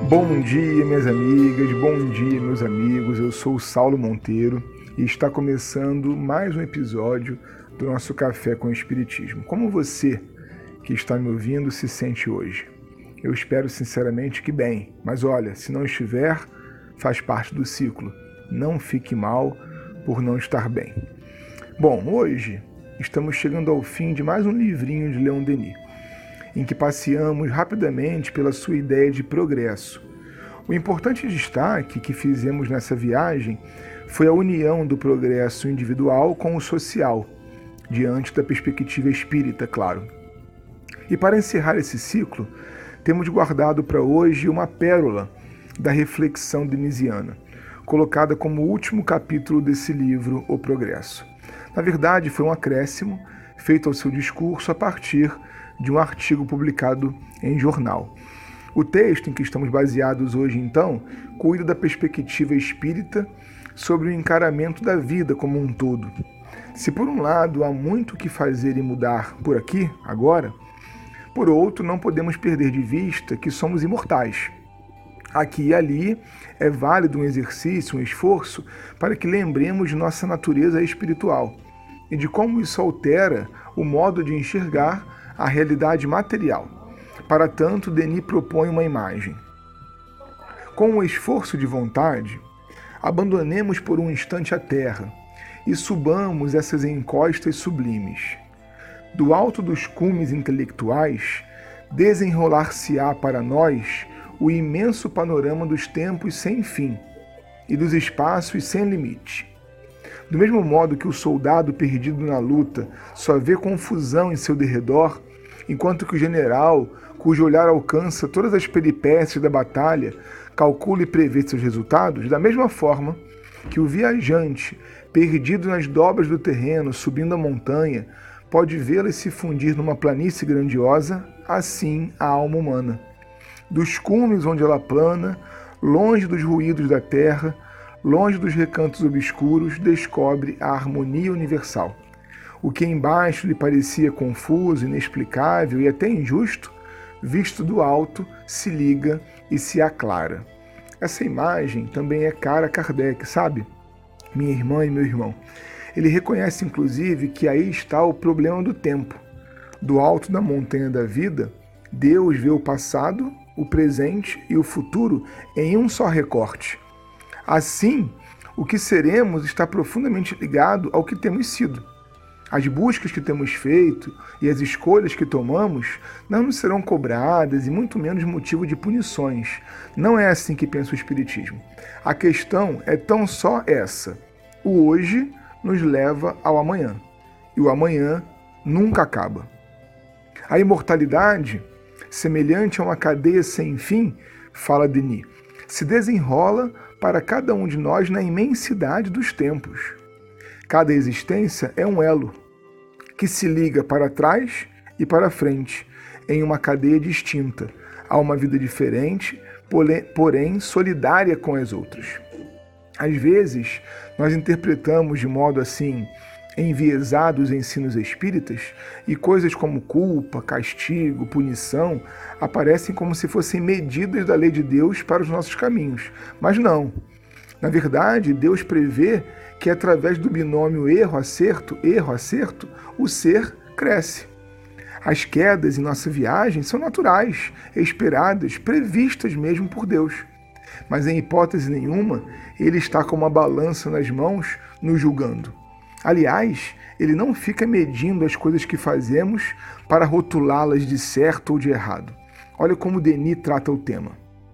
Bom dia, minhas amigas, bom dia, meus amigos. Eu sou o Saulo Monteiro e está começando mais um episódio do nosso Café com o Espiritismo. Como você que está me ouvindo se sente hoje? Eu espero sinceramente que bem, mas olha, se não estiver, faz parte do ciclo. Não fique mal por não estar bem. Bom, hoje estamos chegando ao fim de mais um livrinho de Leon Denis, em que passeamos rapidamente pela sua ideia de progresso. O importante destaque que fizemos nessa viagem foi a união do progresso individual com o social, diante da perspectiva espírita, claro. E para encerrar esse ciclo, temos guardado para hoje uma pérola da reflexão denisiana, colocada como último capítulo desse livro, O Progresso. Na verdade, foi um acréscimo feito ao seu discurso a partir de um artigo publicado em jornal. O texto em que estamos baseados hoje, então, cuida da perspectiva espírita sobre o encaramento da vida como um todo. Se por um lado há muito o que fazer e mudar por aqui, agora, por outro, não podemos perder de vista que somos imortais. Aqui e ali é válido um exercício, um esforço, para que lembremos de nossa natureza espiritual e de como isso altera o modo de enxergar a realidade material. Para tanto, Denis propõe uma imagem. Com o esforço de vontade, abandonemos por um instante a terra e subamos essas encostas sublimes. Do alto dos cumes intelectuais, desenrolar-se-á para nós o imenso panorama dos tempos sem fim e dos espaços sem limite. Do mesmo modo que o soldado perdido na luta só vê confusão em seu derredor, enquanto que o general, cujo olhar alcança todas as peripécias da batalha, calcula e prevê seus resultados, da mesma forma que o viajante, perdido nas dobras do terreno, subindo a montanha, pode vê-las se fundir numa planície grandiosa, assim a alma humana. Dos cumes onde ela plana, longe dos ruídos da terra, longe dos recantos obscuros, descobre a harmonia universal. O que embaixo lhe parecia confuso, inexplicável e até injusto, visto do alto, se liga e se aclara. Essa imagem também é cara a Kardec, sabe? Minha irmã e meu irmão. Ele reconhece, inclusive, que aí está o problema do tempo. Do alto da montanha da vida, Deus vê o passado, o presente e o futuro em um só recorte. Assim, o que seremos está profundamente ligado ao que temos sido. As buscas que temos feito e as escolhas que tomamos não nos serão cobradas e muito menos motivo de punições. Não é assim que pensa o Espiritismo. A questão é tão só essa. O hoje nos leva ao amanhã. E o amanhã nunca acaba. A imortalidade, semelhante a uma cadeia sem fim, fala Denis, se desenrola para cada um de nós na imensidade dos tempos. Cada existência é um elo que se liga para trás e para frente, em uma cadeia distinta, a uma vida diferente, porém solidária com as outras. Às vezes, nós interpretamos de modo assim enviesado os ensinos espíritas e coisas como culpa, castigo, punição aparecem como se fossem medidas da lei de Deus para os nossos caminhos. Mas não. Na verdade, Deus prevê que através do binômio erro-acerto, o ser cresce. As quedas em nossa viagem são naturais, esperadas, previstas mesmo por Deus. Mas em hipótese nenhuma, Ele está com uma balança nas mãos, nos julgando. Aliás, Ele não fica medindo as coisas que fazemos para rotulá-las de certo ou de errado. Olha como Denis trata o tema.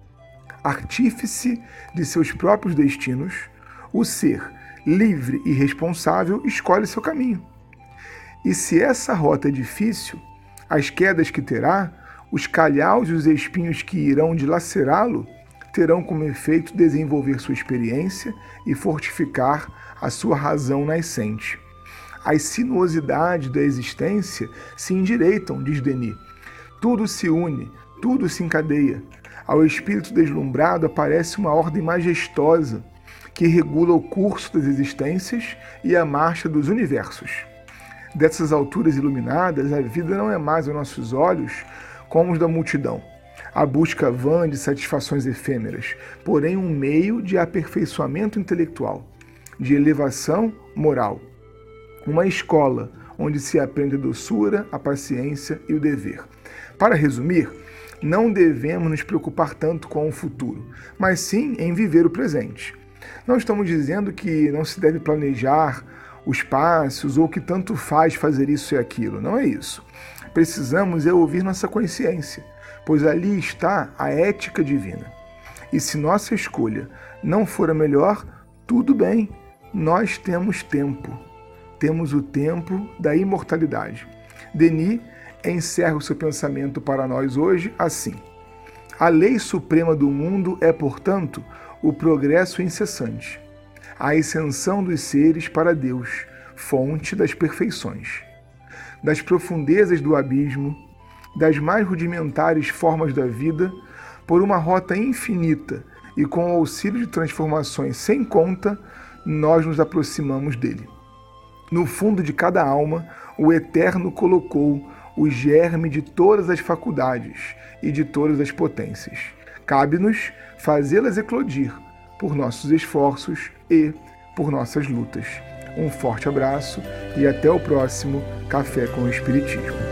Artífice de seus próprios destinos, o ser, livre e responsável, escolhe seu caminho. E se essa rota é difícil, as quedas que terá, os calhaus e os espinhos que irão dilacerá-lo, terão como efeito desenvolver sua experiência e fortificar a sua razão nascente. As sinuosidades da existência se endireitam, diz Denis. Tudo se une, tudo se encadeia. Ao espírito deslumbrado aparece uma ordem majestosa que regula o curso das existências e a marcha dos universos. Dessas alturas iluminadas, a vida não é mais aos nossos olhos como os da multidão. a busca vã de satisfações efêmeras, porém um meio de aperfeiçoamento intelectual, de elevação moral. Uma escola onde se aprende a doçura, a paciência e o dever. Para resumir, não devemos nos preocupar tanto com o futuro, mas sim em viver o presente. Não estamos dizendo que não se deve planejar os passos ou que tanto faz fazer isso e aquilo. Não é isso. Precisamos ouvir nossa consciência, pois ali está a ética divina. E se nossa escolha não for a melhor, tudo bem, nós temos tempo. Temos o tempo da imortalidade. Denis encerra o seu pensamento para nós hoje assim: a lei suprema do mundo é, portanto, o progresso incessante, a ascensão dos seres para Deus, fonte das perfeições. Das profundezas do abismo, das mais rudimentares formas da vida, por uma rota infinita e com o auxílio de transformações sem conta, nós nos aproximamos dele. No fundo de cada alma, o Eterno colocou o germe de todas as faculdades e de todas as potências. Cabe-nos fazê-las eclodir por nossos esforços e por nossas lutas. Um forte abraço e até o próximo Café com o Espiritismo.